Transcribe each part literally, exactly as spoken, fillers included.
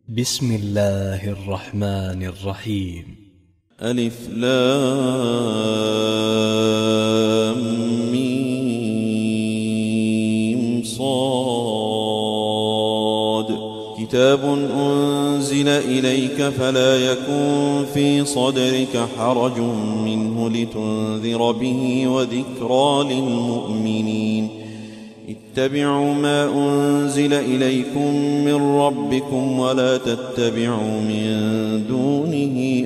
بسم الله الرحمن الرحيم. ألف لام ميم صاد. كتاب أنزل إليك فلا يكن في صدرك حرج منه لتنذر به وذكرى للمؤمنين. اتبعوا ما أنزل إليكم من ربكم ولا تتبعوا من دونه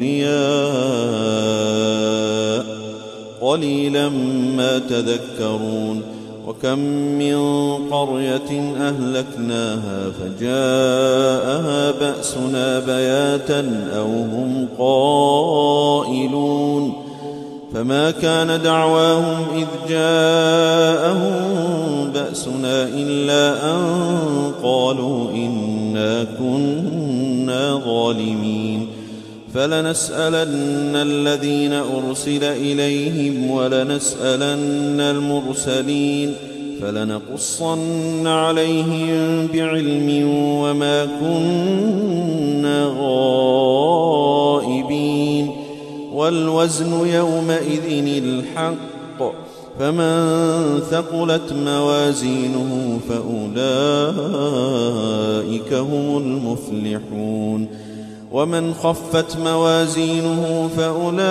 أولياء قليلا ما تذكرون. وكم من قرية أهلكناها فجاءها بأسنا بياتا أو هم قائلون. فما كان دعواهم إذ جاءهم بأسنا إلا أن قالوا إنا كنا ظالمين. فلنسألن الذين أرسل إليهم ولنسألن المرسلين فلنقصن عليهم بعلم وما كنا غائبين. والوزن يومئذ الحق فمن ثقلت موازينه فأولئك هم المفلحون. ومن خفت موازينه فأولئك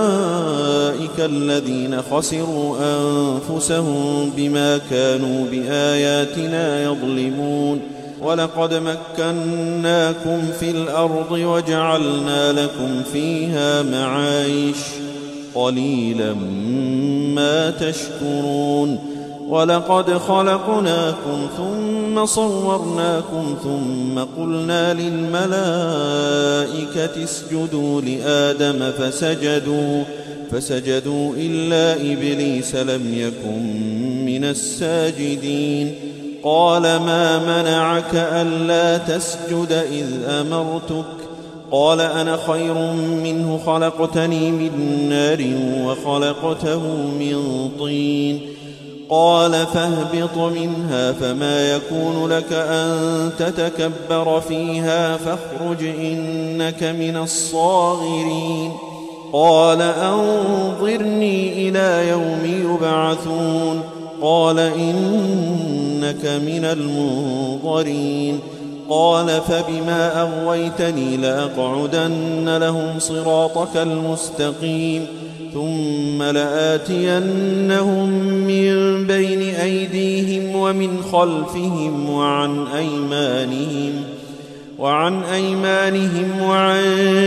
الذين خسروا أنفسهم بما كانوا بآياتنا يظلمون. ولقد مكناكم في الأرض وجعلنا لكم فيها معايش قليلا ما تشكرون. ولقد خلقناكم ثم صورناكم ثم قلنا للملائكة اسجدوا لآدم فسجدوا فسجدوا إلا إبليس لم يكن من الساجدين. قال ما منعك ألا تسجد إذ أمرتك؟ قال أنا خير منه خلقتني من نار وخلقته من طين. قال فاهبط منها فما يكون لك أن تتكبر فيها فاخرج إنك من الصاغرين. قال أنظرني إلى يوم يبعثون. قال إنك من المنظرين. قال فبما أغويتني لأقعدن لهم صراطك المستقيم ثم لآتينهم من بين أيديهم ومن خلفهم وعن أيمانهم وعن أيمانهم وعن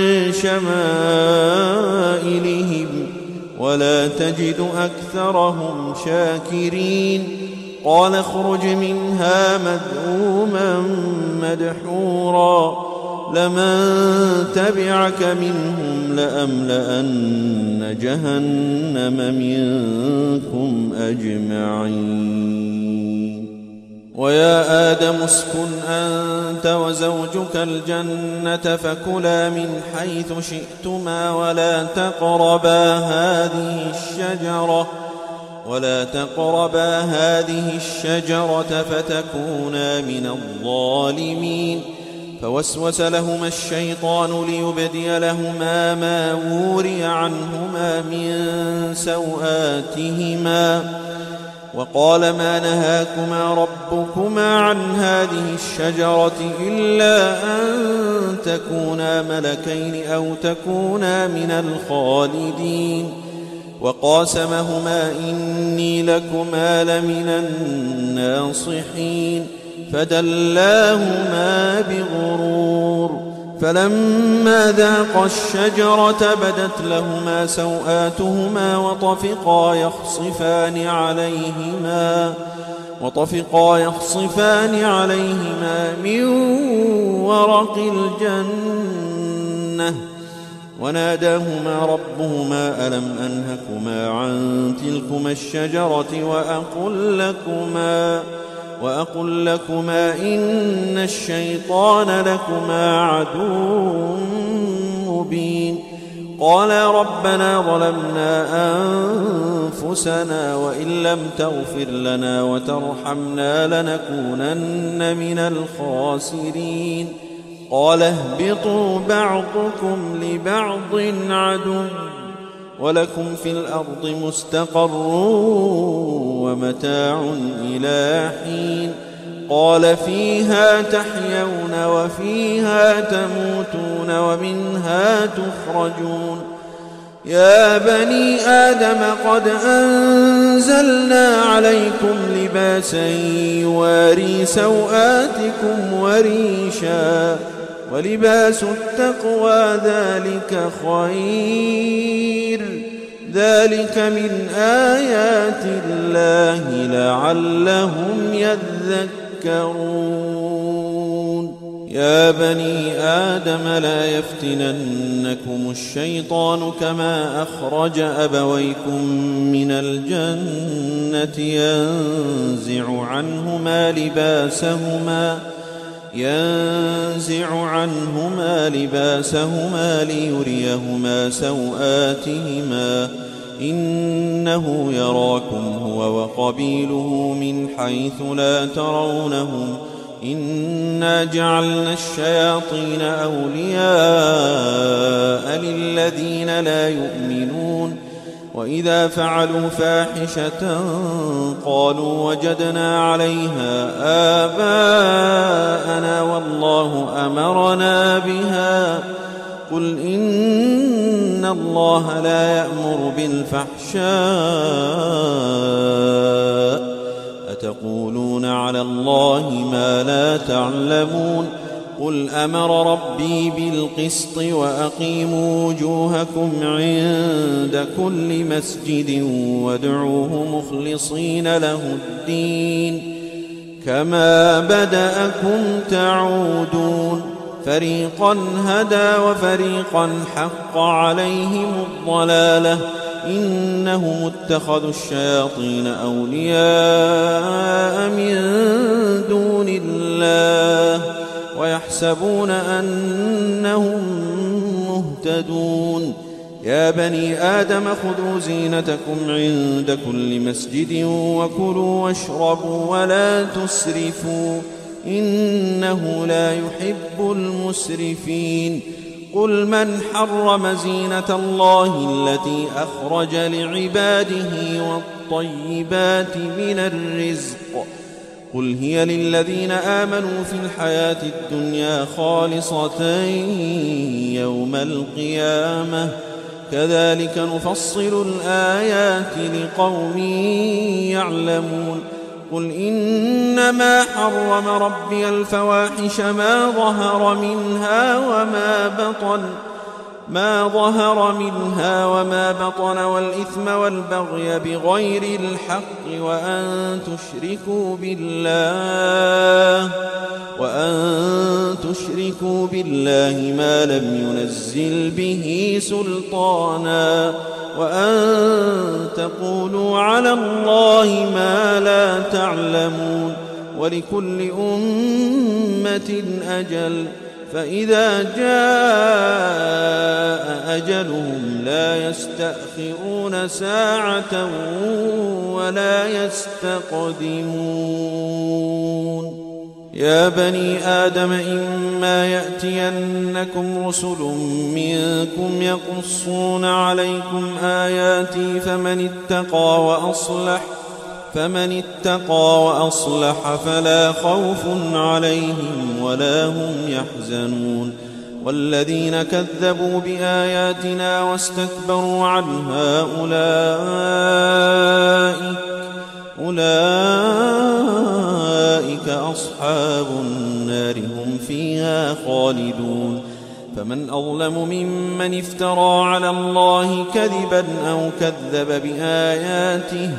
شمائلهم ولا تجد أكثرهم شاكرين. قال اخرج منها مذءوما مدحورا لمن تبعك منهم لأملأن جهنم منكم أجمعين. ويا آدم اسكن أنت وزوجك الجنة فكلا من حيث شئتما ولا تقربا هذه الشجرة ولا تقربا هذه الشجرة فتكونا من الظالمين. فوسوس لهما الشيطان ليبدي لهما ما وري عنهما من سوآتهما وقال ما نهاكما ربكما عن هذه الشجرة إلا أن تكونا ملكين أو تكونا من الخالدين. وقاسمهما إني لكما لمن الناصحين فدلاهما بغرور. فلما ذاقا الشجرة بدت لهما سوآتهما وطفقا يخصفان عليهما وطفقا يخصفان عليهما من ورق الجنة وناداهما ربهما ألم أنهكما عن تلكما الشجرة وأقل لكما وأقل لكما إن الشيطان لكما عدو مبين. قالا ربنا ظلمنا أنفسنا وإن لم تغفر لنا وترحمنا لنكونن من الخاسرين. قال اهبطوا بعضكم لبعض عدو ولكم في الأرض مستقر ومتاع إلى حين قال فيها تحيون وفيها تموتون ومنها تخرجون يا بني آدم قد أنزلنا عليكم لباسا يواري سوآتكم وريشا ولباس التقوى ذلك خير ذلك من آيات الله لعلهم يذكرون يا بني آدم لا يفتننكم الشيطان كما أخرج أبويكم من الجنة ينزع عنهما لباسهما ينزع عنهما لباسهما ليريهما سوآتهما إنه يراكم هو وقبيله من حيث لا ترونهم إنا جعلنا الشياطين أولياء للذين لا يؤمنون وإذا فعلوا فاحشة قالوا وجدنا عليها آباءنا والله أمرنا بها قل إن الله لا يأمر بالفحشاء أتقولون على الله ما لا تعلمون قل أمر ربي بالقسط وأقيموا وجوهكم عند كل مسجد وادعوه مخلصين له الدين كما بدأكم تعودون فريقا هدى وفريقا حق عليهم الضلالة إنهم اتخذوا الشياطين أولياء من دون الله ويحسبون أنهم مهتدون يا بني آدم خذوا زينتكم عند كل مسجد وكلوا واشربوا ولا تسرفوا إنه لا يحب المسرفين قل من حرم زينة الله التي أخرج لعباده والطيبات من الرزق قل هي للذين آمنوا في الحياة الدنيا خالصة يوم القيامة كذلك نفصل الآيات لقوم يعلمون قل إنما حرم ربي الفواحش ما ظهر منها وما بطن ما ظهر منها وما بطن والإثم والبغي بغير الحق وأن تشركوا بالله وأن تشركوا بالله ما لم ينزل به سلطانا وأن تقولوا على الله ما لا تعلمون ولكل أمة أجل فإذا جاء أجلهم لا يستأخرون ساعة ولا يستقدمون يا بني آدم إما يأتينكم رسل منكم يقصون عليكم آياتي فمن اتقى وأصلح فمن اتقى وأصلح فلا خوف عليهم ولا هم يحزنون والذين كذبوا بآياتنا واستكبروا عنها أولئك أولئك أصحاب النار هم فيها خالدون فمن أظلم ممن افترى على الله كذبا أو كذب بآياته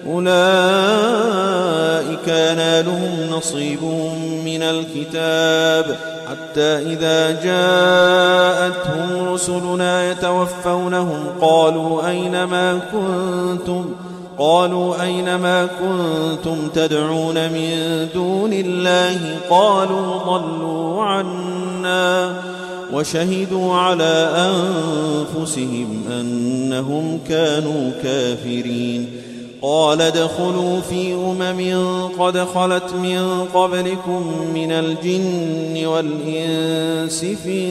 أولئك ينالهم نصيبهم من الكتاب حتى إذا جاءتهم رسلنا يتوفونهم قالوا أين ما كنتم قالوا أين ما كنتم تدعون من دون الله قالوا ضلوا عنا وشهدوا على أنفسهم أنهم كانوا كافرين قال ادخلوا في أمم قد خلت من قبلكم من الجن والإنس في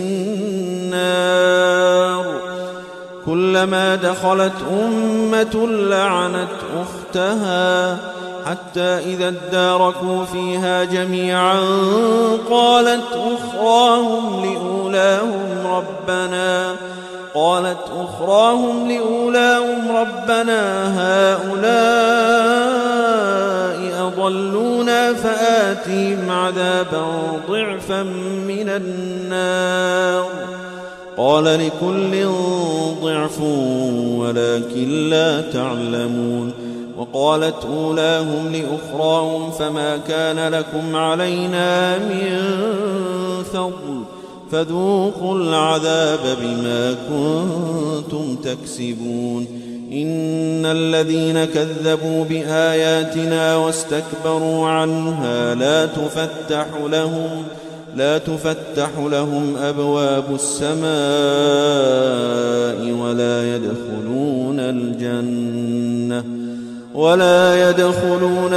النار كلما دخلت أمة لعنت أختها حتى إذا اداركوا فيها جميعا قالت أخراهم لأولاهم ربنا قالت أخراهم لأولاهم ربنا هؤلاء أضلونا فآتهم عذابا ضعفا من النار قال لكل ضعف ولكن لا تعلمون وقالت أولاهم لأخراهم فما كان لكم علينا من فضل فذوقوا العذاب بما كنتم تكسبون إن الذين كذبوا بآياتنا واستكبروا عنها لا تفتح لهم لا تفتح لهم أبواب السماء ولا يدخلون الجنة ولا يدخلون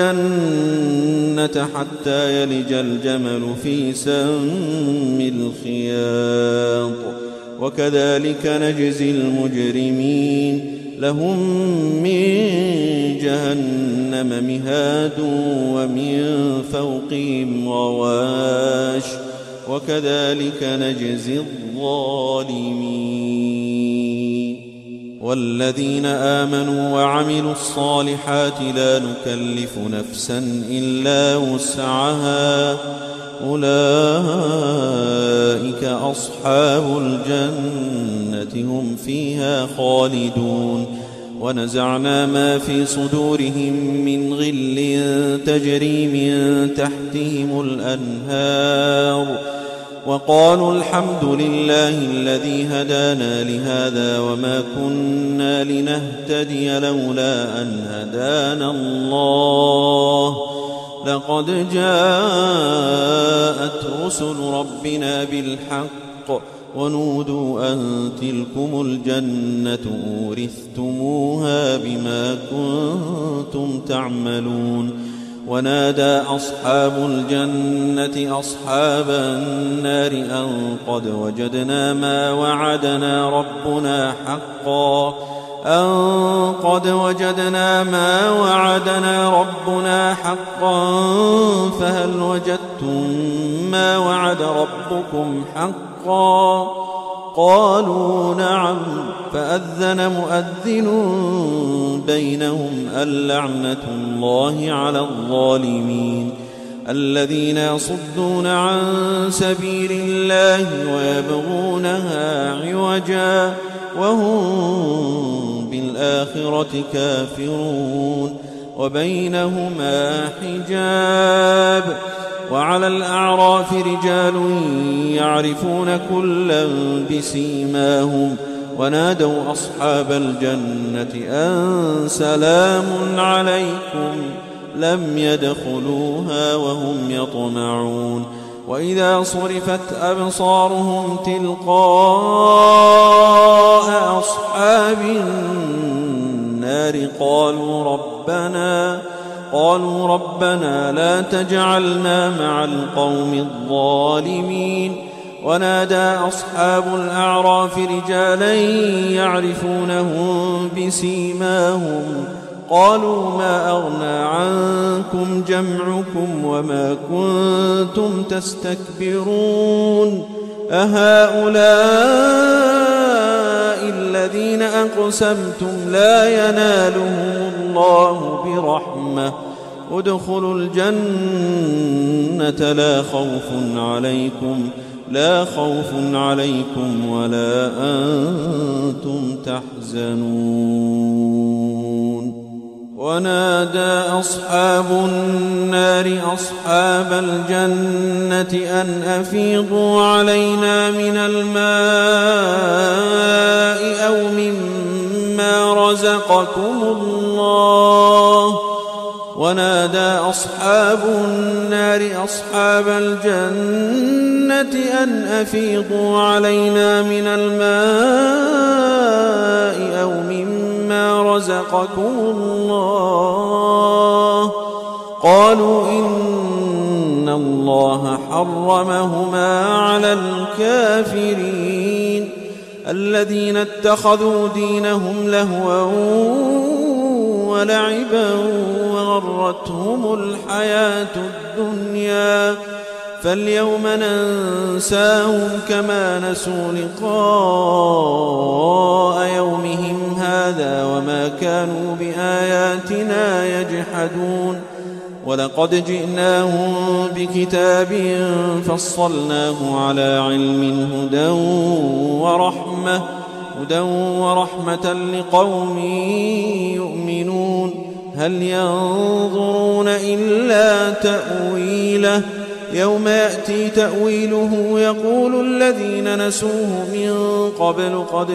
الجنة حتى يلج الجمل في سم الخياط وكذلك نجزي المجرمين لهم من جهنم مهاد ومن فوقهم غواش وكذلك نجزي الظالمين والذين آمنوا وعملوا الصالحات لا نكلف نفسا إلا وسعها أولئك أصحاب الجنة هم فيها خالدون ونزعنا ما في صدورهم من غل تجري من تحتهم الأنهار وقالوا الحمد لله الذي هدانا لهذا وما كنا لنهتدي لولا أن هدانا الله لقد جاءت رسل ربنا بالحق ونودوا أن تلكم الجنة أورثتموها بما كنتم تعملون ونادى أصحاب الجنة أصحاب النار أن قد وجدنا ما وعدنا ربنا حقا أن قد وجدنا ما وعدنا ربنا حقا فهل وجدتم ما وعد ربكم حقا قالوا نعم فأذن مؤذن بينهم اللعنة الله على الظالمين الذين يصدون عن سبيل الله ويبغونها عوجا وهم بالآخرة كافرون وبينهما حجاب وعلى الأعراف رجال يعرفون كلا بسيماهم ونادوا أصحاب الجنة أن سلام عليكم لم يدخلوها وهم يطمعون وإذا صرفت أبصارهم تلقاء أصحاب النار قالوا ربنا قالوا ربنا لا تجعلنا مع القوم الظالمين ونادى أصحاب الأعراف رجالا يعرفونهم بسيماهم قالوا ما أغنى عنكم جمعكم وما كنتم تستكبرون أهؤلاء الذين أقسمتم لا ينالهم الله برحمة ادخلوا الجنة لا خوف عليكم لا خوف عليكم ولا أنتم تحزنون ونادى أصحاب النار أصحاب الجنة أن أفيضوا علينا من الماء أو مما رزقكم الله ونادى أصحاب النار أصحاب الجنة أن أفيضوا علينا من الماء أو مما مما رزقكم الله قالوا إن الله حرمهما على الكافرين الذين اتخذوا دينهم لهوا ولعبا وغرتهم الحياة الدنيا فاليوم ننساهم كما نسوا لقاء يومهم هذا وما كانوا بآياتنا يجحدون ولقد جئناهم بكتاب فصلناه على علم هدى ورحمة هدى ورحمة لقوم يؤمنون هل ينظرون إلا تأويله يوم يأتي تأويله يقول الذين نسوه من قبل قد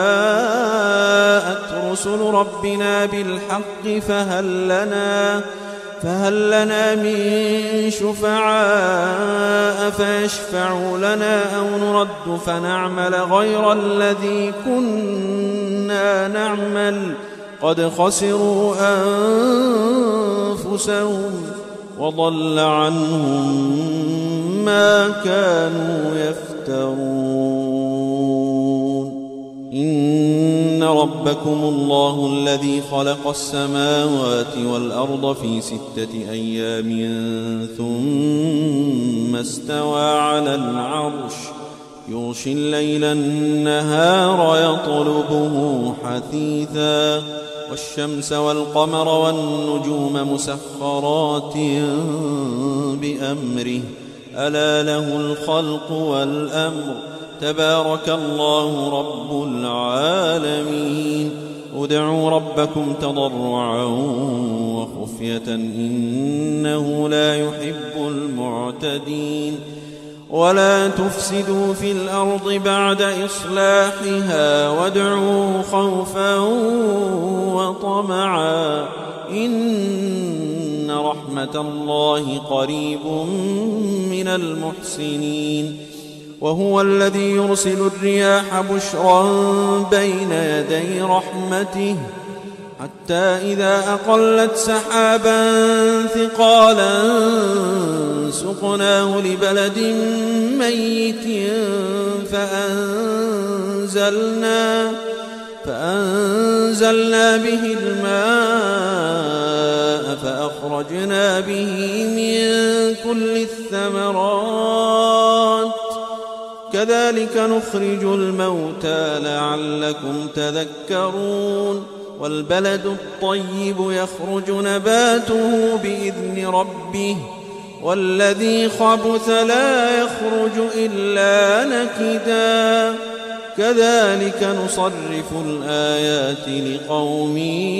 جاءت رسل ربنا بالحق فهل لنا فهل لنا من شفعاء فيشفعوا لنا أو نرد فنعمل غير الذي كنا نعمل قد خسروا أنفسهم وضل عنهم ما كانوا يفترون إن ربكم الله الذي خلق السماوات والأرض في ستة أيام ثم استوى على العرش يغشي الليل النهار يطلبه حثيثا والشمس والقمر والنجوم مسخرات بأمره ألا له الخلق والأمر تبارك الله رب العالمين ادعوا ربكم تضرعا وخفية إنه لا يحب المعتدين ولا تفسدوا في الأرض بعد إصلاحها وادعوا خوفا وطمعا إن رحمة الله قريب من المحسنين وهو الذي يرسل الرياح بشرا بين يدي رحمته حتى إذا أقلت سحابا ثقالا سقناه لبلد ميت فأنزلنا, فأنزلنا به الماء فأخرجنا به من كل الثمرات كذلك نخرج الموتى لعلكم تذكرون والبلد الطيب يخرج نباته بإذن ربه والذي خبث لا يخرج إلا نكدا كذلك نصرف الآيات لقوم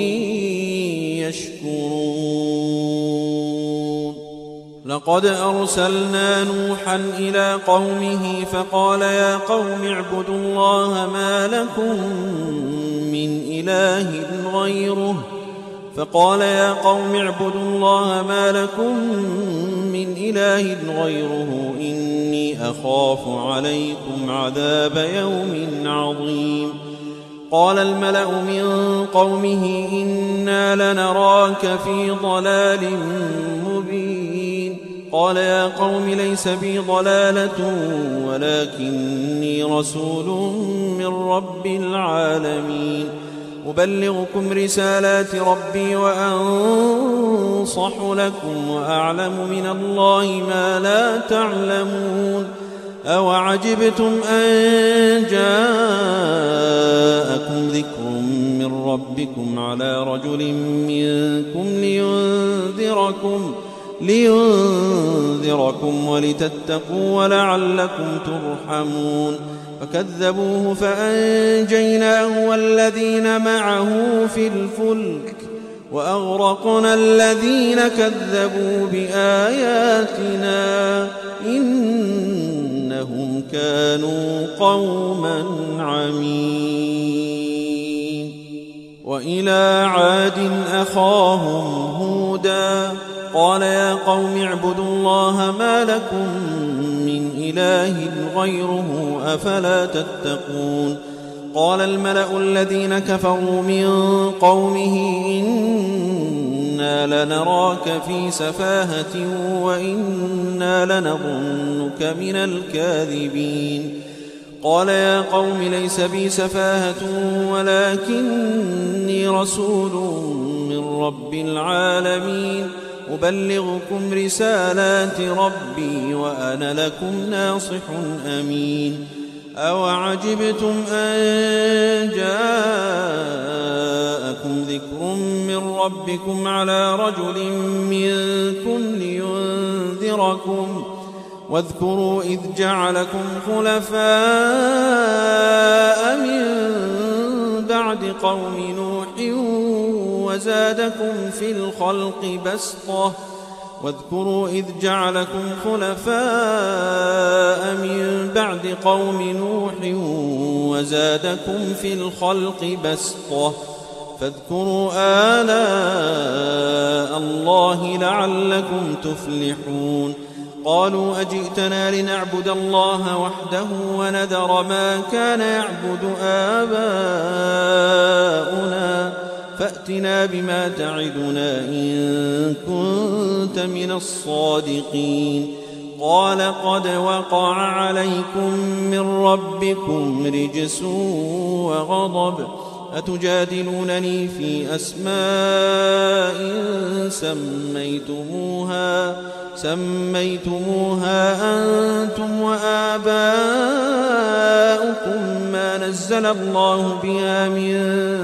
يشكرون لقد أرسلنا نوحا إلى قومه فقال يا قوم اعبدوا الله ما لكم من إله غيره فقال يا قوم اعبدوا الله ما لكم من إله غيره إني أخاف عليكم عذاب يوم عظيم قال الملأ من قومه إنا لنراك في ضلال مبين قال يا قوم ليس بي ضلالة ولكني رسول من رب العالمين أبلغكم رسالات ربي وأنصح لكم وأعلم من الله ما لا تعلمون أوعجبتم أن جاءكم ذكر من ربكم على رجل منكم لينذركم لينذركم ولتتقوا ولعلكم ترحمون فكذبوه فأنجيناه والذين معه في الفلك وأغرقنا الذين كذبوا بآياتنا إنهم كانوا قوما عمين وإلى عاد أخاهم هودا قال يا قوم اعبدوا الله ما لكم من إله غيره أفلا تتقون قال الملأ الذين كفروا من قومه إنا لنراك في سفاهة وإنا لنظنك من الكاذبين قال يا قوم ليس بي سفاهة ولكني رسول من رب العالمين أبلغكم رسالات ربي وأنا لكم ناصح أمين أوعجبتم أن جاءكم ذكر من ربكم على رجل منكم لينذركم واذكروا إذ جعلكم خلفاء من بعد قوم نوح وزادكم في الخلق بسطة واذكروا إذ جعلكم خلفاء من بعد قوم نوح وزادكم في الخلق بسطة فاذكروا آلاء الله لعلكم تفلحون قالوا أجئتنا لنعبد الله وحده ونذر ما كان يعبد آباؤنا فأتنا بما تعدنا إن كنت من الصادقين قال قد وقع عليكم من ربكم رجس وغضب أتجادلونني في أسماء سميتموها سميتموها أنتم وآباؤكم ما نزل الله بها من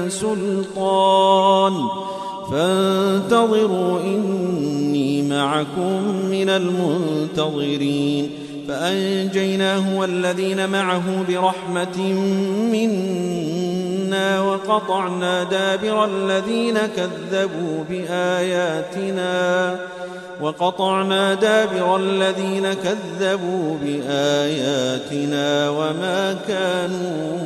سلطان فانتظروا إني معكم من المنتظرين فأنجيناه والذين معه برحمة منا وقطعنا دابر الذين كذبوا بآياتنا وقطعنا دابر الذين كذبوا بآياتنا وما كانوا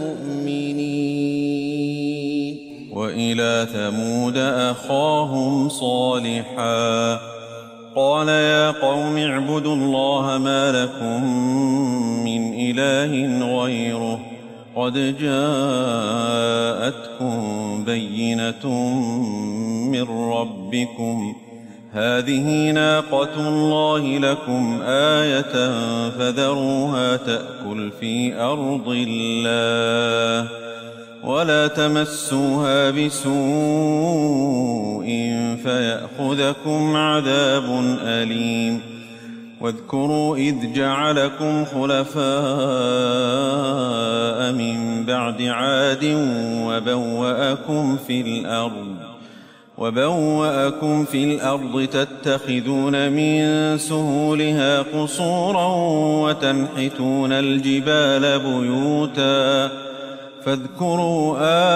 مؤمنين وإلى ثمود أخاهم صالحا قال يا قوم اعبدوا الله ما لكم من إله غيره قد جاءتكم بينة من ربكم هذه ناقة الله لكم آية فذروها تأكل في أرض الله ولا تمسوها بسوء فيأخذكم عذاب أليم واذكروا إذ جعلكم خلفاء من بعد عاد وبوأكم في الأرض وبوأكم في الأرض تتخذون من سهولها قصورا وتنحتون الجبال بيوتا فاذكروا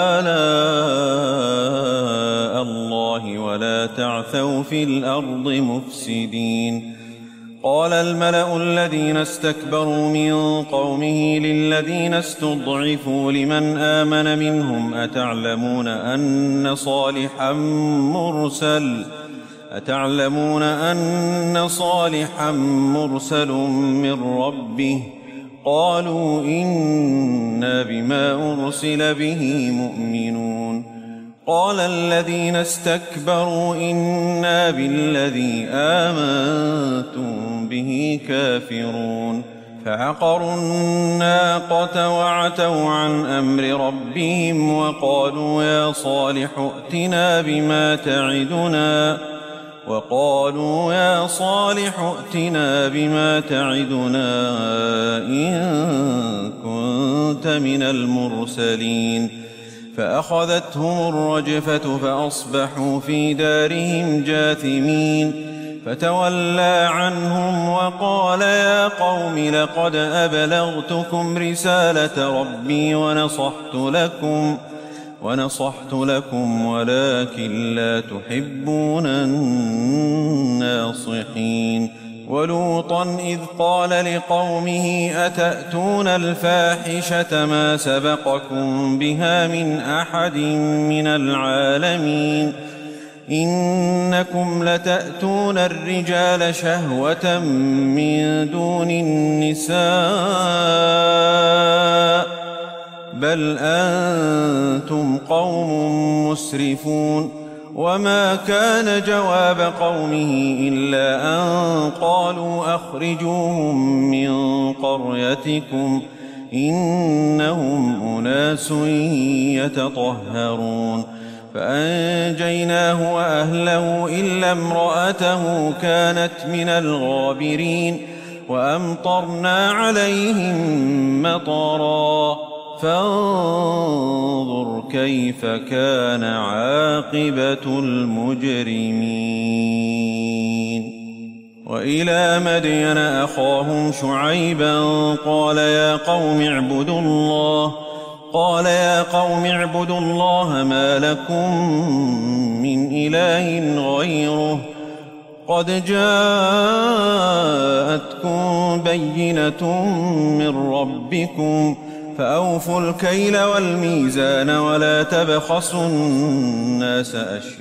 آلاء الله ولا تعثوا في الأرض مفسدين قال الملأ الذين استكبروا من قومه للذين استضعفوا لمن آمن منهم أتعلمون أن صالحا مرسل أتعلمون أن صالحا مرسل من ربه قالوا إنا بما أرسل به مؤمنون قال الذين استكبروا إنا بالذي آمنتم به كافرون فعقروا الناقة وعتوا عن أمر ربهم وقالوا يا صالح ائتنا بما تعدنا وقالوا يا صالح ائتنا بما تعدنا إن كنت من المرسلين فأخذتهم الرجفة فأصبحوا في دارهم جاثمين فتولى عنهم وقال يا قوم لقد أبلغتكم رسالة ربي ونصحت لكم ونصحت لكم ولكن لا تحبون الناصحين ولوطا إذ قال لقومه أتأتون الفاحشة ما سبقكم بها من أحد من العالمين إنكم لتأتون الرجال شهوة من دون النساء بل أنتم قوم مسرفون وما كان جواب قومه إلا أن قالوا أخرجوهم من قريتكم إنهم أناس يتطهرون فأنجيناه وأهله إلا امرأته كانت من الغابرين وأمطرنا عليهم مطرا فانظر كيف كان عاقبة المجرمين. وإلى مدين أخاهم شعيبا قال يا قوم اعبدوا الله قال يا قوم اعبدوا الله ما لكم من إله غيره قد جاءتكم بينة من ربكم فأوفوا الكيل والميزان ولا تبخسوا الناس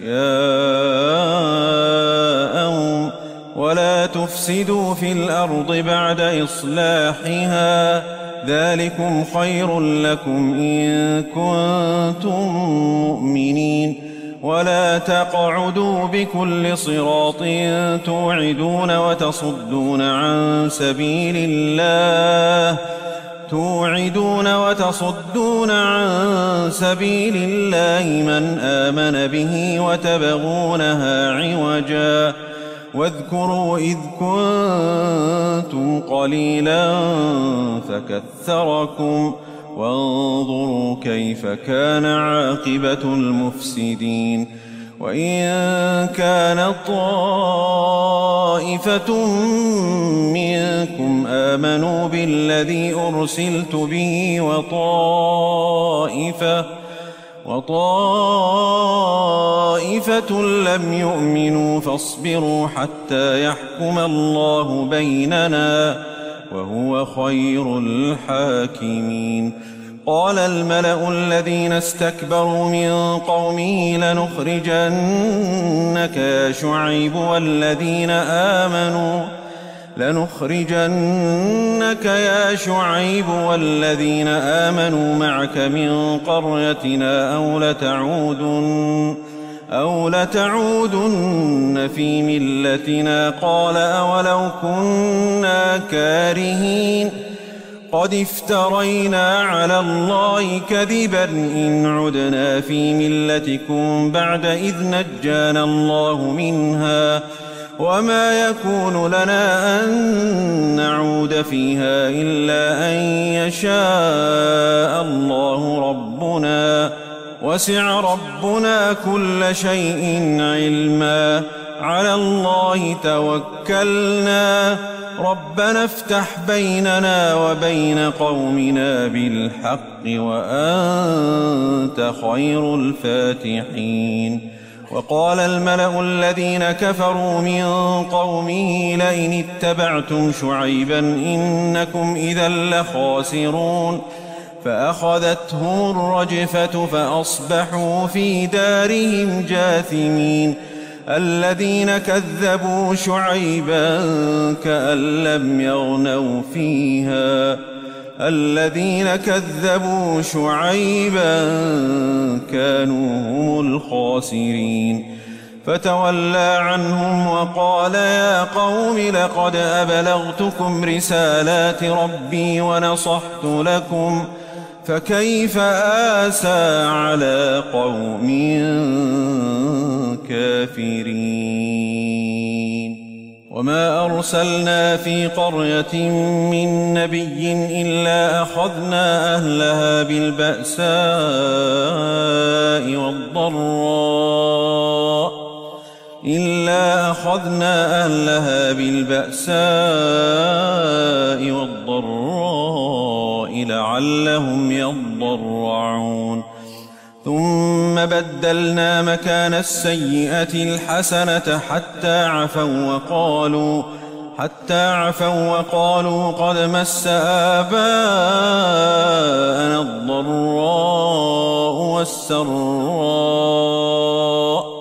أشياءهم ولا تفسدوا في الأرض بعد إصلاحها ذلكم خير لكم إن كنتم مؤمنين ولا تقعدوا بكل صراط توعدون وتصدون عن سبيل الله توعدون وتصدون عن سبيل الله من آمن به وتبغونها عوجا واذكروا إذ كنتم قليلا فكثركم وانظروا كيف كان عاقبة المفسدين. وإن كانت طائفة منكم آمنوا بالذي أرسلت به وطائفة وطائفة لم يؤمنوا فاصبروا حتى يحكم الله بيننا وهو خير الحاكمين. قال الملأ الذين استكبروا من قومه لنخرجنك يا شعيب والذين آمنوا لنخرجنك يا شعيب والذين آمنوا معك من قريتنا أو لتعودن أو لتعودن في ملتنا قال أولو كنا كارهين قد افترينا على الله كذبا إن عدنا في ملتكم بعد إذ نجانا الله منها وما يكون لنا أن نعود فيها إلا أن يشاء الله ربنا وسع ربنا كل شيء علما على الله توكلنا ربنا افتح بيننا وبين قومنا بالحق وأنت خير الفاتحين. وقال الملأ الذين كفروا من قومه لئن اتبعتم شعيبا إنكم إذا لخاسرون فأخذتهم الرجفة فأصبحوا في دارهم جاثمين. الذين كذبوا شعيبا كأن لم يغنوا فيها الذين كذبوا شعيبا كانوا هم الخاسرين. فتولى عنهم وقال يا قوم لقد أبلغتكم رسالات ربي ونصحت لكم فكيف آسى على قوم كافرين. وما أرسلنا في قرية من نبي إلا أخذنا أهلها بالبأساء والضراء إلا أخذنا أهلها بالبأساء والضراء لعلهم يضرعون. ثم بدلنا مكان السيئة الحسنة حتى عفوا وقالوا حتى عفوا وقالوا قد مس آباءنا الضراء والسراء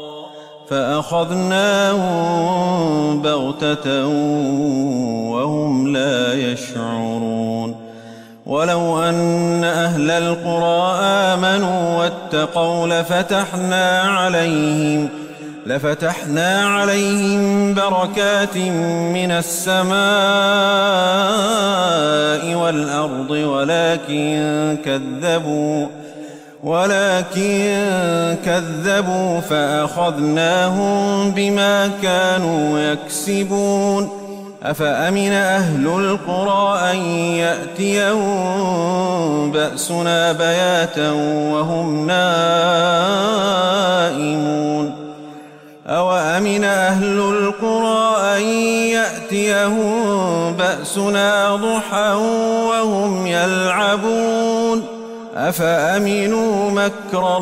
فأخذناهم بغتة وهم لا يشعرون. ولو أن أهل القرى آمنوا واتقوا لفتحنا عليهم لفتحنا عليهم بركات من السماء والأرض ولكن كذبوا ولكن كذبوا فأخذناهم بما كانوا يكسبون أفأمن أهل القرى أن يأتيهم بأسنا بياتا وهم نائمون أوأمن أهل القرى أن يأتيهم بأسنا ضحى وهم يلعبون أفأمنوا مكر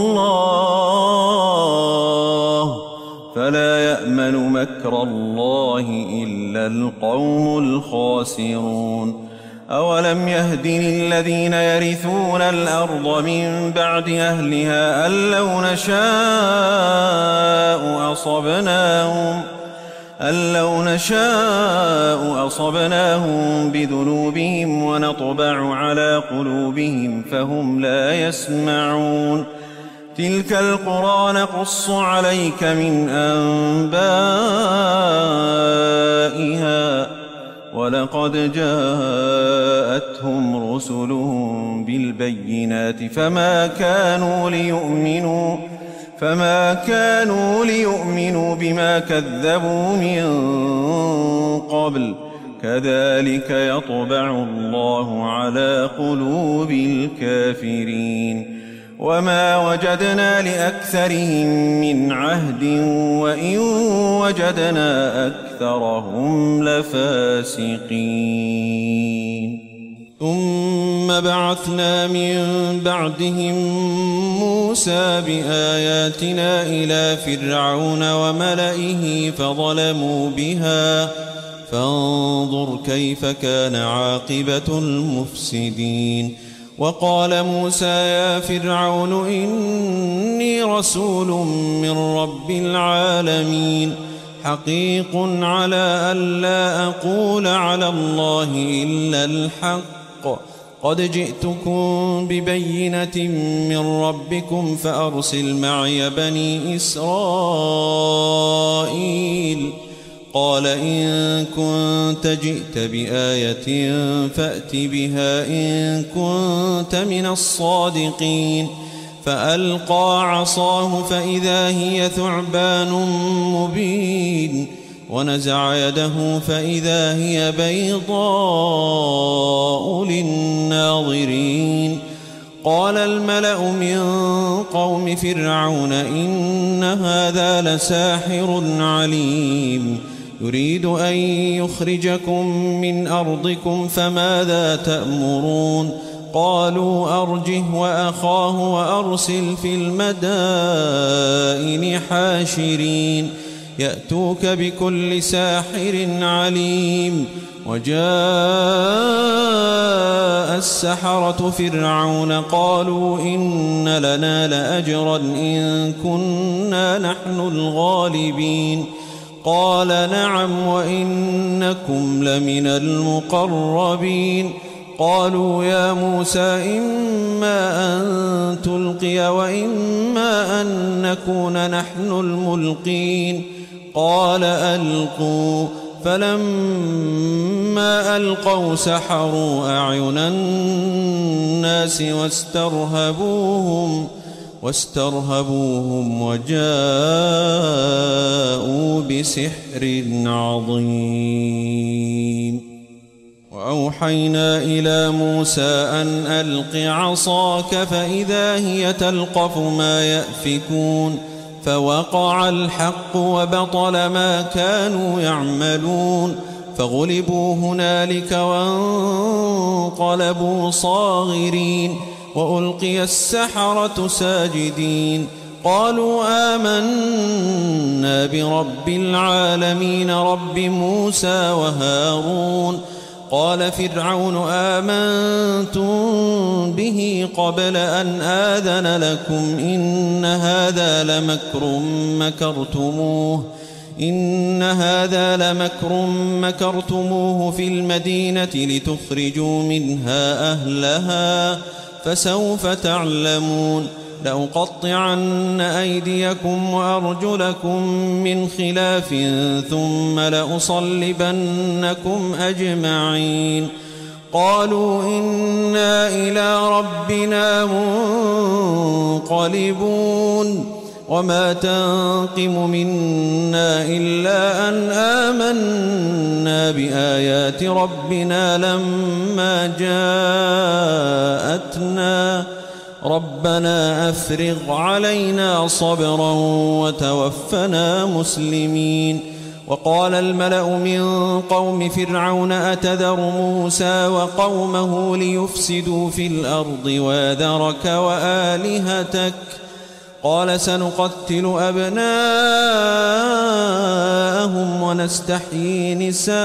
الله فلا يأمن مكر الله إلا القوم الخاسرون أولم يهد للذين يرثون الأرض من بعد أهلها أن لو نشاء أصبناهم أن لو نشاء أصبناهم بذنوبهم ونطبع على قلوبهم فهم لا يسمعون تلك القرى نقص عليك من أنبائها ولقد جاءتهم رسلهم بالبينات فما كانوا ليؤمنوا فما كانوا ليؤمنوا بما كذبوا من قبل كذلك يطبع الله على قلوب الكافرين وما وجدنا لأكثرهم من عهد وإن وجدنا أكثرهم لفاسقين ثم بعثنا من بعدهم موسى بآياتنا إلى فرعون وملئه فظلموا بها فانظر كيف كان عاقبة المفسدين وقال موسى يا فرعون إني رسول من رب العالمين حقيق على ألا أقول على الله إلا الحق قد جئتكم ببينة من ربكم فأرسل معي بني إسرائيل قال إن كنت جئت بآية فأت بها إن كنت من الصادقين فألقى عصاه فإذا هي ثعبان مبين ونزع يده فإذا هي بيضاء للناظرين قال الملأ من قوم فرعون إن هذا لساحر عليم يريد أن يخرجكم من أرضكم فماذا تأمرون قالوا أرجه وأخاه وأرسل في المدائن حاشرين يأتوك بكل ساحر عليم وجاء السحرة فرعون قالوا إن لنا لأجرا إن كنا نحن الغالبين قال نعم وإنكم لمن المقربين قالوا يا موسى إما أن تلقي وإما أن نكون نحن الملقين قال ألقوا فلما ألقوا سحروا أعين الناس واسترهبوهم واسترهبوهم وجاءوا بسحر عظيم وأوحينا إلى موسى أن ألق عصاك فإذا هي تلقف ما يأفكون فوقع الحق وبطل ما كانوا يعملون فغلبوا هنالك وانقلبوا صاغرين وألقي السحرة ساجدين قالوا آمنا برب العالمين رب موسى وهارون قال فرعون آمنتم به قبل أن آذن لكم إن هذا لمكر مكرتموه إن هذا لمكر مكرتموه في المدينة لتخرجوا منها أهلها فسوف تعلمون لأقطعن أيديكم وأرجلكم من خلاف ثم لأصلبنكم أجمعين قالوا إنا إلى ربنا منقلبون وما تنقم منا إلا أن آمنا بآيات ربنا لما جاءتنا ربنا أفرغ علينا صبرا وتوفنا مسلمين وقال الملأ من قوم فرعون أتذر موسى وقومه ليفسدوا في الأرض ويذرك وآلهتك قال سنقتل أبناءهم ونستحيي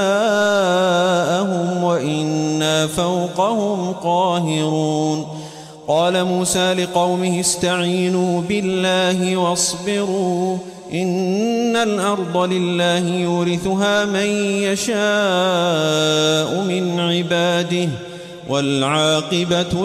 نساءهم وإنا فوقهم قاهرون قال موسى لقومه استعينوا بالله واصبروا إن الأرض لله يورثها من يشاء من عباده والعاقبة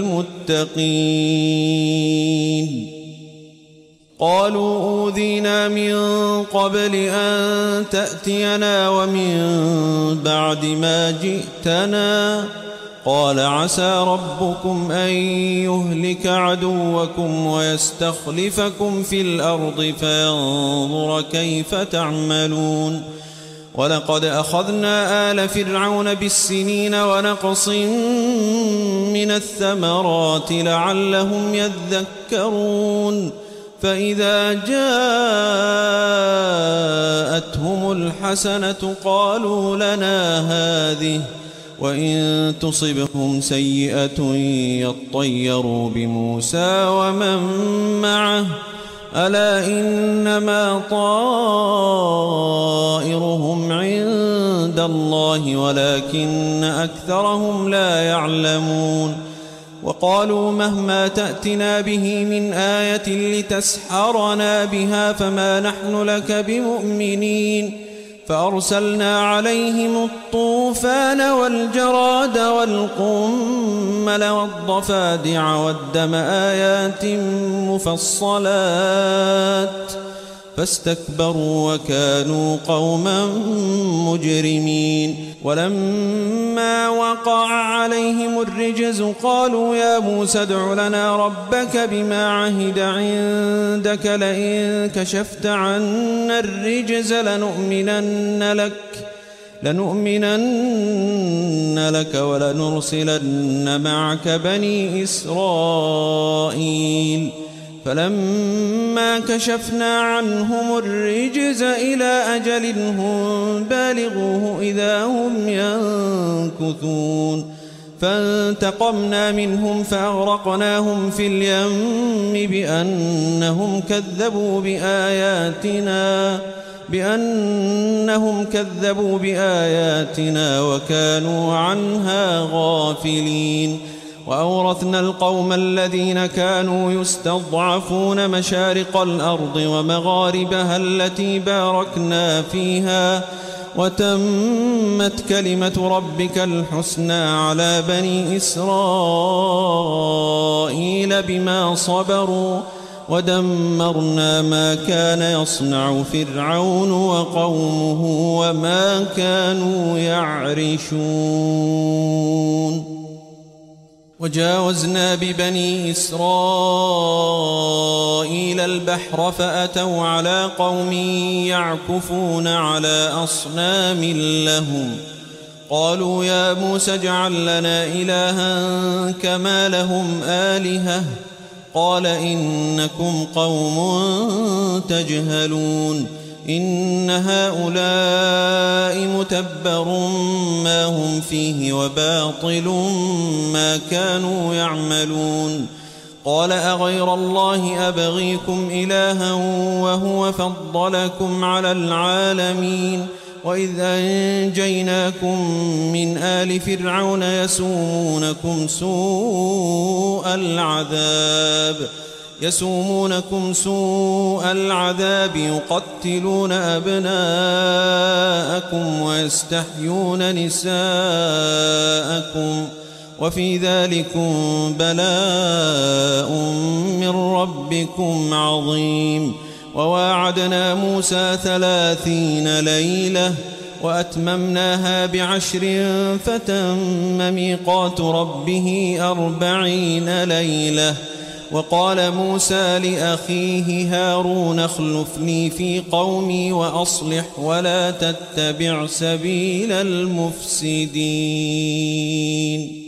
للمتقين قالوا أوذينا من قبل أن تأتينا ومن بعد ما جئتنا قال عسى ربكم أن يهلك عدوكم ويستخلفكم في الأرض فينظر كيف تعملون ولقد أخذنا آل فرعون بالسنين ونقص من الثمرات لعلهم يذكرون فإذا جاءتهم الحسنة قالوا لنا هذه وإن تصبهم سيئة يطيروا بموسى ومن معه ألا إنما طائرهم عند الله ولكن أكثرهم لا يعلمون وقالوا مهما تأتنا به من آية لتسحرنا بها فما نحن لك بمؤمنين فأرسلنا عليهم الطوفان والجراد والقمل والضفادع والدم آيات مفصلات فاستكبروا وكانوا قوما مجرمين ولما وقع عليهم الرجز قالوا يا موسى ادع لنا ربك بما عهد عندك لئن كشفت عنا الرجز لنؤمنن لك لنؤمنن لك ولنرسلن معك بني إسرائيل فلما كشفنا عنهم الرجز إلى أجل هم بالغوه إذا هم ينكثون فانتقمنا منهم فأغرقناهم في اليم بأنهم كذبوا بآياتنا بأنهم كذبوا بآياتنا وكانوا عنها غافلين وأورثنا القوم الذين كانوا يستضعفون مشارق الأرض ومغاربها التي باركنا فيها وتمت كلمة ربك الحسنى على بني إسرائيل بما صبروا ودمرنا ما كان يصنع فرعون وقومه وما كانوا يعرشون وجاوزنا ببني إسرائيل البحر فأتوا على قوم يعكفون على أصنام لهم قالوا يا موسى اجعل لنا إلها كما لهم آلهة قال إنكم قوم تجهلون إن هؤلاء متبر ما هم فيه وباطل ما كانوا يعملون قال أغير الله أبغيكم إلها وهو فضلكم على العالمين وإذ أنجيناكم من آل فرعون يسومونكم سوء العذاب يسومونكم سوء العذاب يقتلون أبناءكم ويستحيون نساءكم وفي ذلكم بلاء من ربكم عظيم. وواعدنا موسى ثلاثين ليلة وأتممناها بعشر فتم ميقات ربه أربعين ليلة. وقال موسى لأخيه هارون اخلفني في قومي وأصلح ولا تتبع سبيل المفسدين.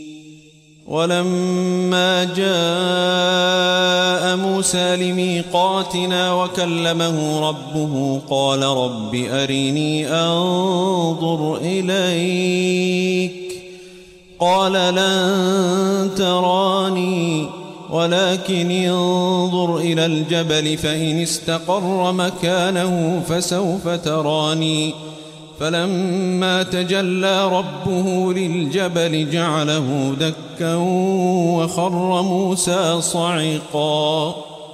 ولما جاء موسى لميقاتنا وكلمه ربه قال رب أرني أنظر إليك قال لن تراني ولكن انظر إلى الجبل فإن استقر مكانه فسوف تراني. فلما تجلى ربه للجبل جعله دكا وخر موسى صعقا.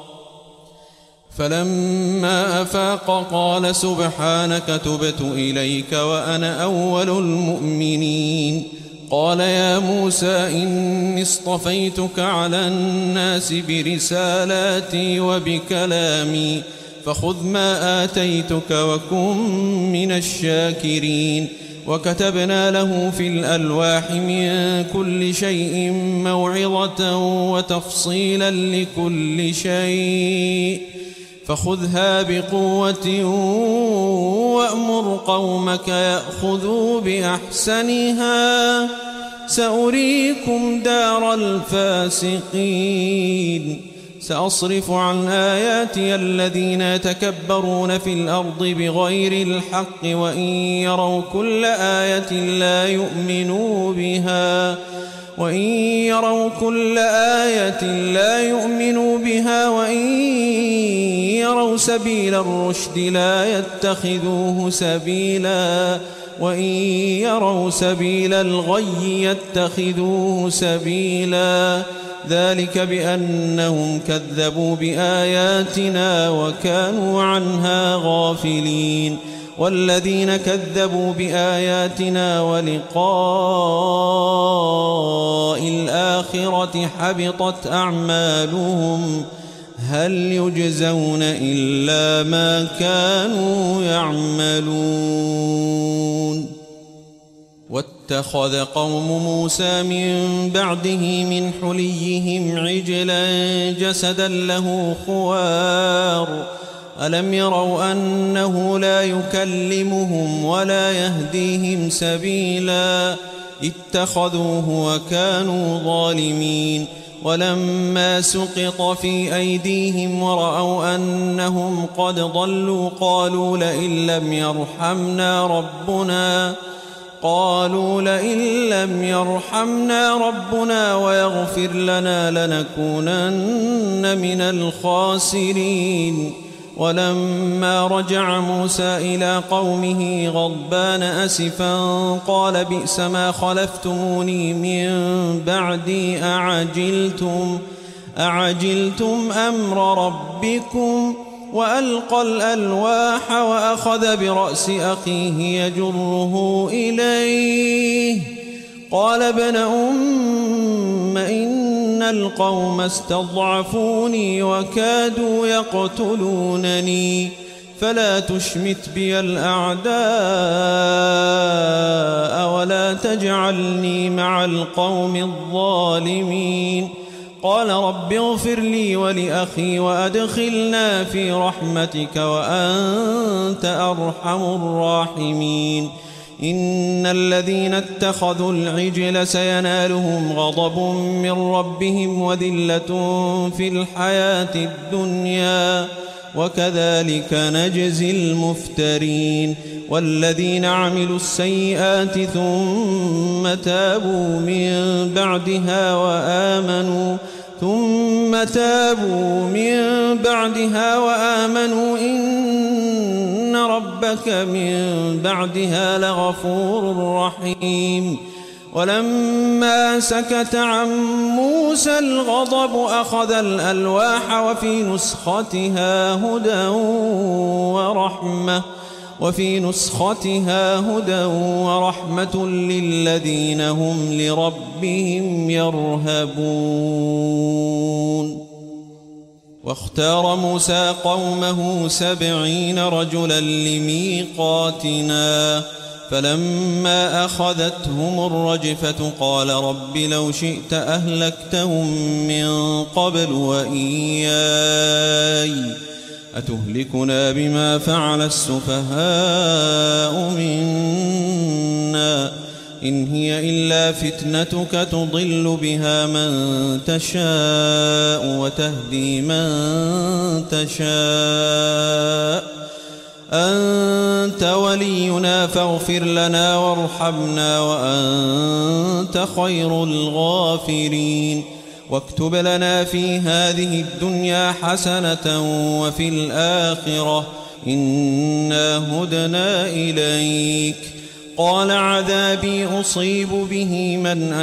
فلما أفاق قال سبحانك تبت إليك وأنا أول المؤمنين. قال يا موسى إني اصطفيتك على الناس برسالاتي وبكلامي فخذ ما آتيتك وكن من الشاكرين. وكتبنا له في الألواح من كل شيء موعظة وتفصيلا لكل شيء فخذها بقوة وأمر قومك يأخذوا بأحسنها سأريكم دار الفاسقين. سأصرف عن آياتي الذين يتكبرون في الأرض بغير الحق وإن يروا كل آية لا يؤمنوا بها وإن يروا كل آية لا يؤمنوا بها وإن يروا سبيل الرشد لا يتخذوه سبيلا وإن يروا سبيل الغي يتخذوه سبيلا. ذلك بأنهم كذبوا بآياتنا وكانوا عنها غافلين. والذين كذبوا بآياتنا ولقاء الآخرة حبطت أعمالهم هل يجزون إلا ما كانوا يعملون. واتخذ قوم موسى من بعده من حليهم عجلا جسدا له خوار ألم يروا أنه لا يكلمهم ولا يهديهم سبيلا اتخذوه وكانوا ظالمين. ولما سقط في أيديهم ورأوا أنهم قد ضلوا قالوا لئن لم يرحمنا ربنا قالوا لئن لم يرحمنا ربنا ويغفر لنا لنكونن من الخاسرين. ولما رجع موسى إلى قومه غضبان أسفا قال بئس ما خلفتموني من بعدي أعجلتم, أعجلتم أمر ربكم وألقى الألواح وأخذ برأس أخيه يجره إليه قال ابن أم إن القوم استضعفوني وكادوا يقتلونني فلا تشمت بي الأعداء ولا تجعلني مع القوم الظالمين. قال رب اغفر لي ولأخي وأدخلنا في رحمتك وأنت أرحم الراحمين. إن الذين اتخذوا العجل سينالهم غضب من ربهم وذلة في الحياة الدنيا وكذلك نجزي المفترين. والذين عملوا السيئات ثم تابوا من بعدها وآمنوا ثم تابوا من بعدها وآمنوا إن ربك من بعدها لغفور رحيم. ولما سكت عن موسى الغضب أخذ الألواح وفي نسختها هدى ورحمة وفي نسختها هدى ورحمة للذين هم لربهم يرهبون. واختار موسى قومه سبعين رجلا لميقاتنا فلما أخذتهم الرجفة قال رب لو شئت أهلكتهم من قبل وإياي أتهلكنا بما فعل السفهاء منا إن هي إلا فتنتك تضل بها من تشاء وتهدي من تشاء أنت ولينا فاغفر لنا وارحمنا وأنت خير الغافرين. واكتب لنا في هذه الدنيا حسنة وفي الآخرة إنا هدنا إليك. قال عذابي أصيب به من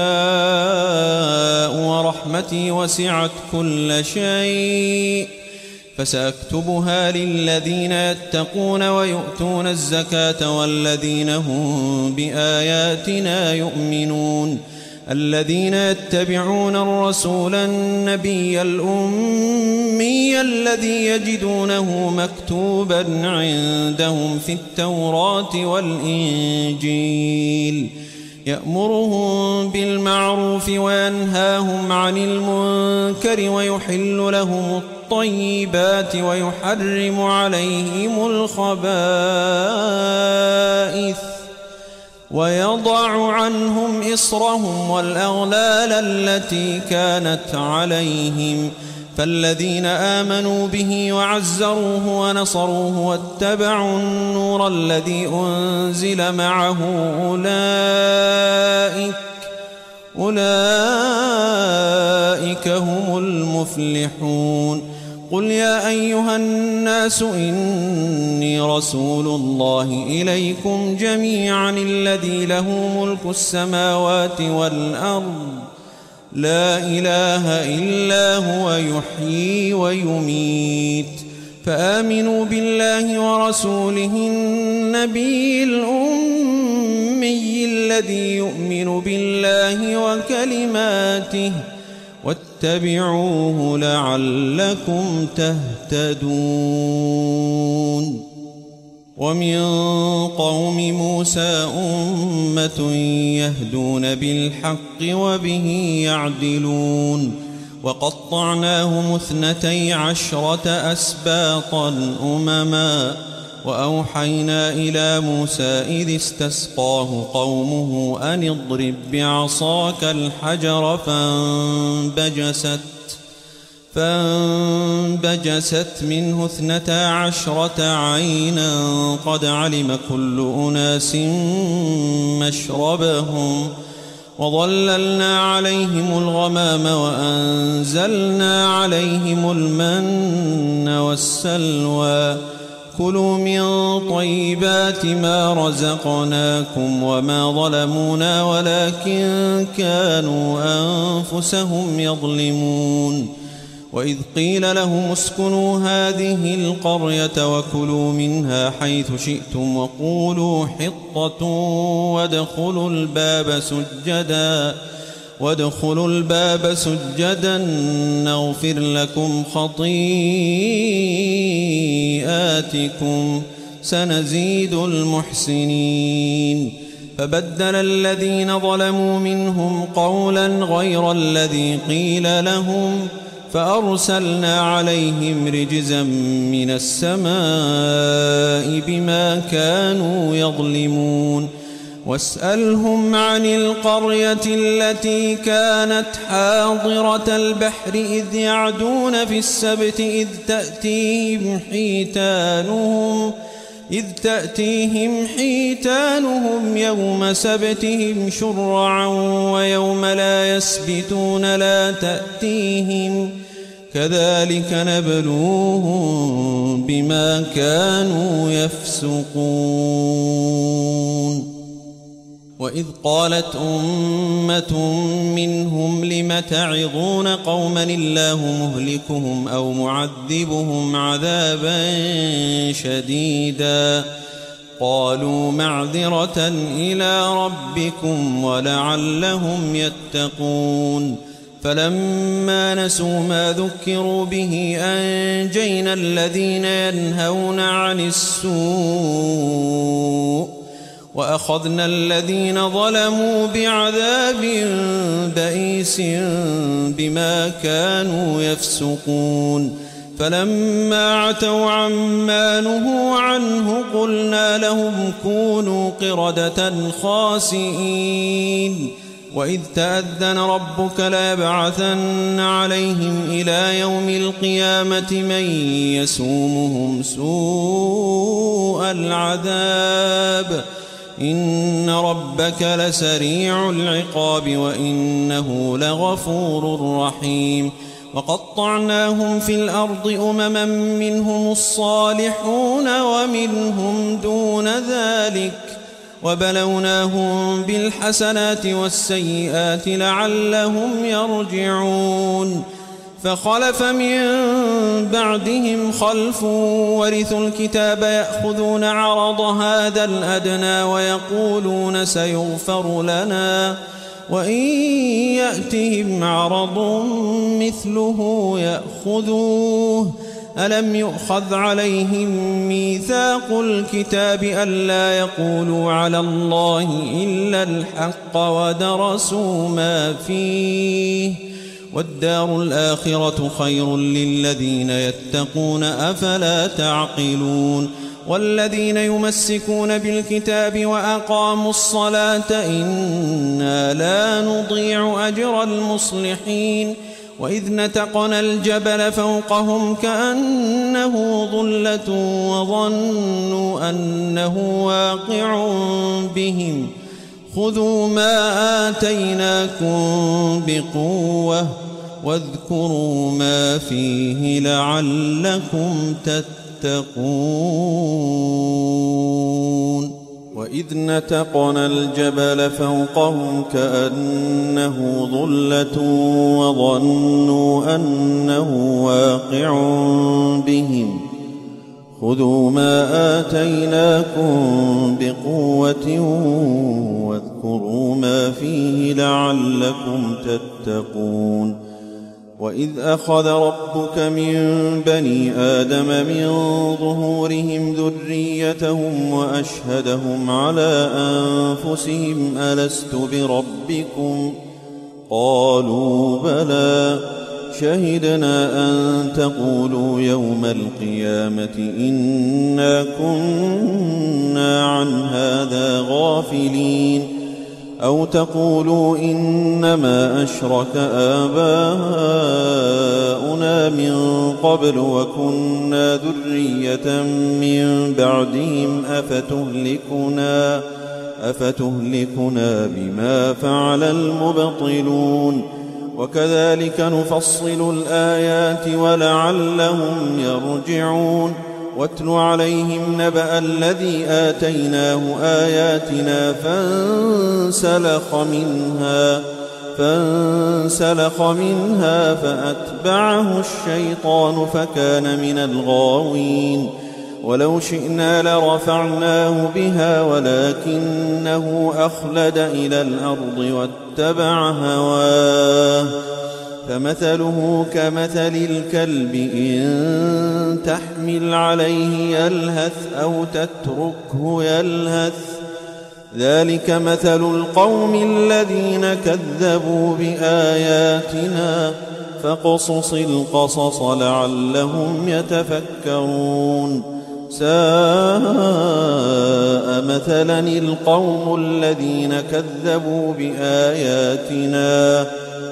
أشاء ورحمتي وسعت كل شيء فسأكتبها للذين يتقون ويؤتون الزكاة والذين هم بآياتنا يؤمنون الذين يتبعون الرسول النبي الأمي الذي يجدونه مكتوبا عندهم في التوراة والإنجيل يأمرهم بالمعروف وينهاهم عن المنكر ويحل لهم الطيبات ويحرم عليهم الخبائث ويضع عنهم إصرهم والأغلال التي كانت عليهم فالذين آمنوا به وعزروه ونصروه واتبعوا النور الذي أنزل معه أولئك أولئك هم المفلحون. قل يا أيها الناس إني رسول الله إليكم جميعا الذي له ملك السماوات والأرض لا إله إلا هو يحيي ويميت فآمنوا بالله ورسوله النبي الأمي الذي يؤمن بالله وكلماته واتبعوه لعلكم تهتدون. ومن قوم موسى أمة يهدون بالحق وبه يعدلون وقطعناهم اثنتي عشرة أسباطا أمما وأوحينا إلى موسى إذ استسقاه قومه أن اضرب بعصاك الحجر فانبجست فانبجست منه اثنتا عشرة عينا قد علم كل أناس مشربهم وظللنا عليهم الغمام وأنزلنا عليهم المن والسلوى كلوا من طيبات ما رزقناكم وما ظلمونا ولكن كانوا أنفسهم يظلمون. وإذ قيل لهم اسكنوا هذه القرية وكلوا منها حيث شئتم وقولوا حطة وادخلوا الباب سجدا وادخلوا الباب سجدا نغفر لكم خطيئاتكم سنزيد المحسنين. فبدل الذين ظلموا منهم قولا غير الذي قيل لهم فأرسلنا عليهم رجزا من السماء بما كانوا يظلمون. واسألهم عن القرية التي كانت حاضرة البحر إذ يعدون في السبت إذ تأتيهم حيتانهم إذ تأتيهم حيتانهم يوم سبتهم شرعا ويوم لا يسبتون لا تأتيهم كذلك نبلوهم بما كانوا يفسقون. وإذ قالت أمة منهم لم تعظون قوما الله مهلكهم أو معذبهم عذابا شديدا قالوا معذرة إلى ربكم ولعلهم يتقون فلما نسوا ما ذكروا به أنجينا الذين ينهون عن السوء وأخذنا الذين ظلموا بعذاب بئيس بما كانوا يفسقون فلما عتوا عما نهوا عنه قلنا لهم كونوا قردة خاسئين وإذ تأذن ربك ليبعثن عليهم إلى يوم القيامة من يسومهم سوء العذاب إن ربك لسريع العقاب وإنه لغفور رحيم وقطعناهم في الأرض أمما منهم الصالحون ومنهم دون ذلك وبلوناهم بالحسنات والسيئات لعلهم يرجعون فخلف من بعدهم خلف ورثوا الكتاب يأخذون عرض هذا الأدنى ويقولون سيغفر لنا وإن يأتهم عرض مثله يأخذوه ألم يؤخذ عليهم ميثاق الكتاب ألا يقولوا على الله إلا الحق ودرسوا ما فيه والدار الآخرة خير للذين يتقون أفلا تعقلون والذين يمسكون بالكتاب وأقاموا الصلاة إنا لا نضيع أجر المصلحين وإذ نتقنا الجبل فوقهم كأنه ظلة وظنوا أنه واقع بهم خذوا ما آتيناكم بقوة واذكروا ما فيه لعلكم تتقون وإذ نتقنا الجبل فوقهم كأنه ظلة وظنوا أنه واقع بهم خذوا ما آتيناكم بقوة واذكروا ما فيه لعلكم تتقون وإذ أخذ ربك من بني آدم من ظهورهم ذريتهم وأشهدهم على أنفسهم ألست بربكم قالوا بلى شهدنا أن تقولوا يوم القيامة إنا كنا عن هذا غافلين أو تقولوا إنما أشرك آباؤنا من قبل وكنا ذرية من بعدهم أفتهلكنا, أفتهلكنا بما فعل المبطلون وكذلك نفصل الآيات ولعلهم يرجعون واتل عليهم نبأ الذي آتيناه آياتنا فانسلخ منها فانسلخ منها فأتبعه الشيطان فكان من الغاوين ولو شئنا لرفعناه بها ولكنه أخلد إلى الأرض واتبع هواه فمثله كمثل الكلب إن تحمل عليه يلهث أو تتركه يلهث ذلك مثل القوم الذين كذبوا بآياتنا فاقصص القصص لعلهم يتفكرون ساء مثلا القوم الذين كذبوا بآياتنا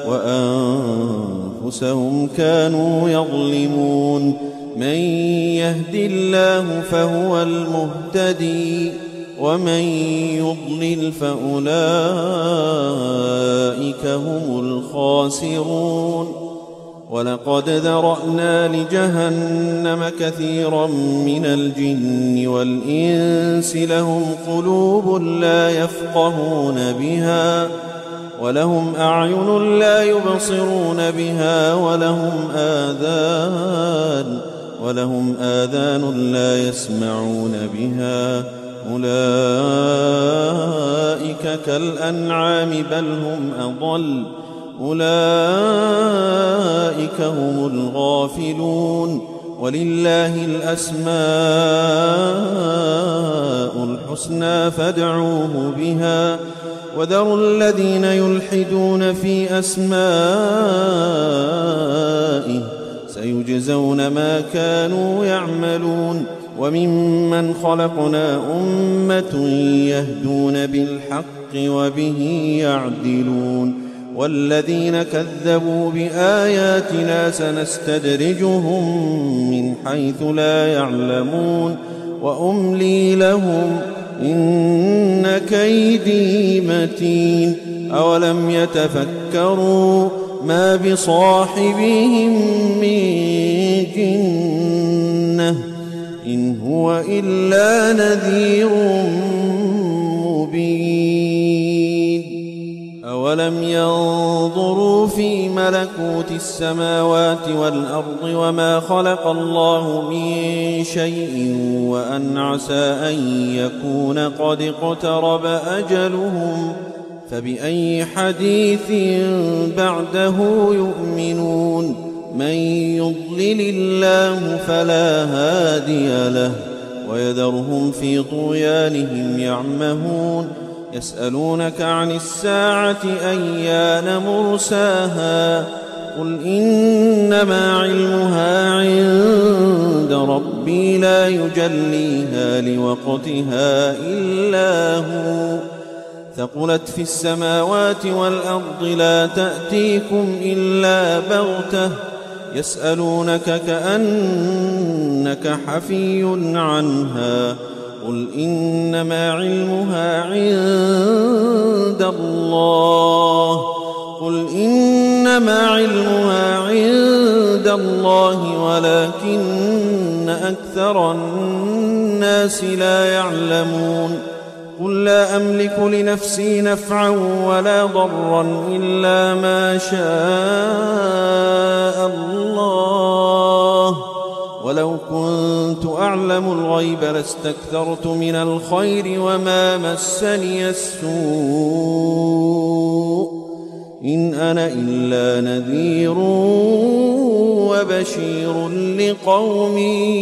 وأنفسهم كانوا يظلمون من يهد الله فهو المهتدي ومن يضلل فأولئك هم الخاسرون ولقد ذرأنا لجهنم كثيرا من الجن والإنس لهم قلوب لا يفقهون بها ولهم أعين لا يبصرون بها ولهم آذان ولهم آذان لا يسمعون بها أولئك كالأنعام بل هم أضل أولئك هم الغافلون ولله الأسماء الحسنى فادعوه بها وذروا الذين يلحدون في أسمائه سيجزون ما كانوا يعملون وممن خلقنا أمة يهدون بالحق وبه يعدلون والذين كذبوا بآياتنا سنستدرجهم من حيث لا يعلمون وأملي لهم إن كيدي متين أولم يتفكروا ما بصاحبهم من جنة إن هو إلا نذير مبين أولم ينظروا في ملكوت السماوات والأرض وما خلق الله من شيء وأن عسى أن يكون قد اقترب أجلهم فبأي حديث بعده يؤمنون من يضلل الله فلا هادي له ويذرهم في طغيانهم يعمهون يسألونك عن الساعة أيان مرساها قل إنما علمها عند ربي لا يجليها لوقتها إلا هو ثقلت في السماوات والأرض لا تأتيكم إلا بغتة يسألونك كأنك حفي عنها قل إنما علمها عند الله قل إنما علمها عند الله ولكن أكثر الناس لا يعلمون قل لا أملك لنفسي نفعا ولا ضرا إلا ما شاء الله ولو كنت أعلم الغيب لاستكثرت من الخير وما مسني السوء إن أنا إلا نذير وبشير لقوم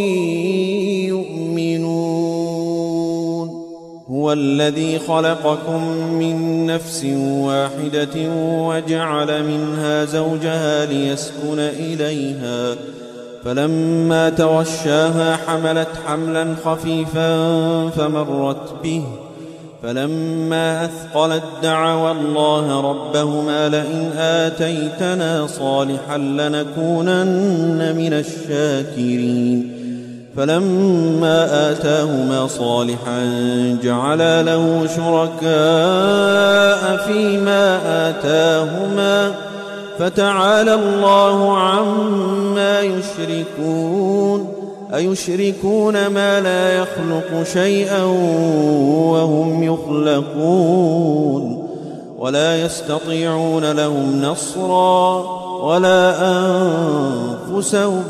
يؤمنون هو الذي خلقكم من نفس واحدة وجعل منها زوجها ليسكن إليها فلما توشاها حملت حملا خفيفا فمرت به فلما أثقلت دعوا الله ربهما لئن آتيتنا صالحا لنكونن من الشاكرين فلما آتاهما صالحا جعلا له شركاء فيما آتاهما فتعالى الله عما يشركون أيشركون ما لا يخلق شيئا وهم يخلقون ولا يستطيعون لهم نصرا ولا أنفسهم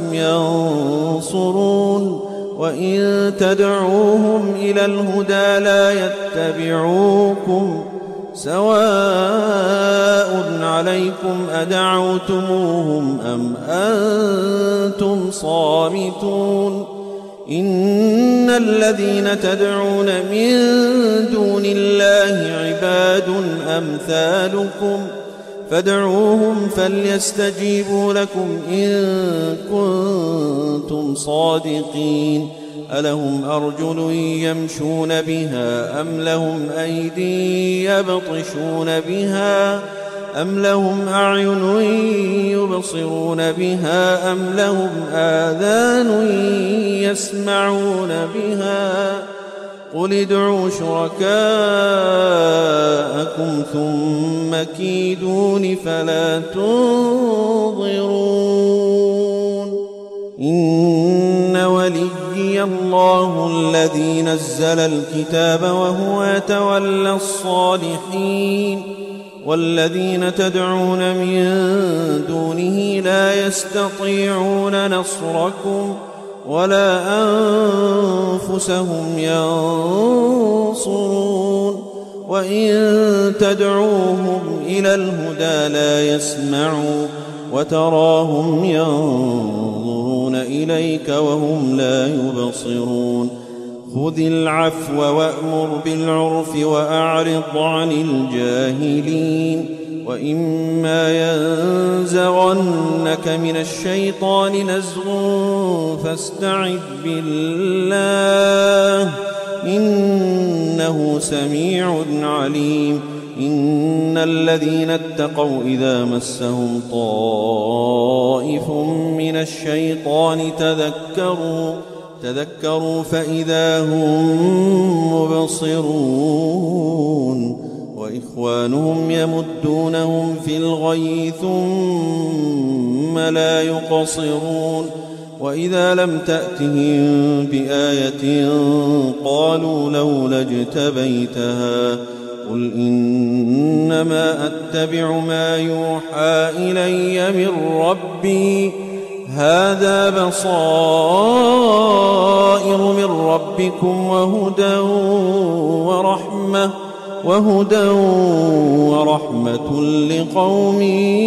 ينصرون وإن تدعوهم إلى الهدى لا يتبعوكم سواء عليكم أدعوتموهم أم أنتم صامتون إن الذين تدعون من دون الله عباد أمثالكم فادعوهم فليستجيبوا لكم إن كنتم صادقين ألهم أرجل يمشون بها أم لهم أيدي يبطشون بها أم لهم أعين يبصرون بها أم لهم آذان يسمعون بها قل ادعوا شركاءكم ثم كيدون فلا تنظرون إن وليي الله الذي نزل الكتاب وهو يتولى الصالحين والذين تدعون من دونه لا يستطيعون نصركم ولا أنفسهم ينصرون وإن تدعوهم إلى الهدى لا يسمعوا وتراهم ينظرون إليك وهم لا يبصرون خذ العفو وأمر بالعرف وأعرض عن الجاهلين وإما ينزغنك من الشيطان نزغ فاستعذ بالله إنه سميع عليم إن الذين اتقوا إذا مسهم طائف من الشيطان تذكروا تذكروا فإذا هم مبصرون وإخوانهم يمدونهم في الغي ثم لا يقصرون وإذا لم تأتهم بآية قالوا لولا اجتبيتها قل إنما أتبع ما يوحى إلي من ربي هذا بصائر من ربكم وهدى ورحمة وهدى ورحمة لقوم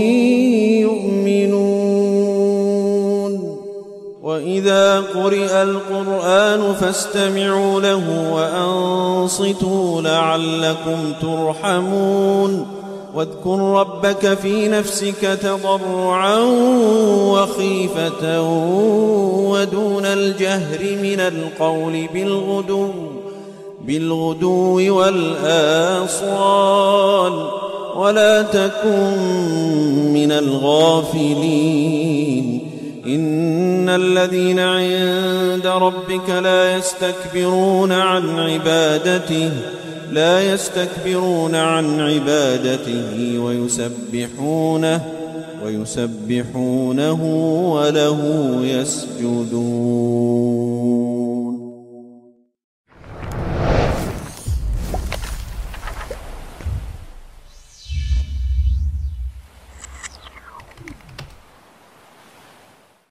يؤمنون وإذا قرئ القرآن فاستمعوا له وأنصتوا لعلكم ترحمون واذكر ربك في نفسك تضرعا وخيفة ودون الجهر من القول بالغدو بالغدو والآصال ولا تكن من الغافلين إن الذين عند ربك لا يستكبرون عن عبادته لا يستكبرون عن عبادته ويسبحونه ويسبحونه وله يسجدون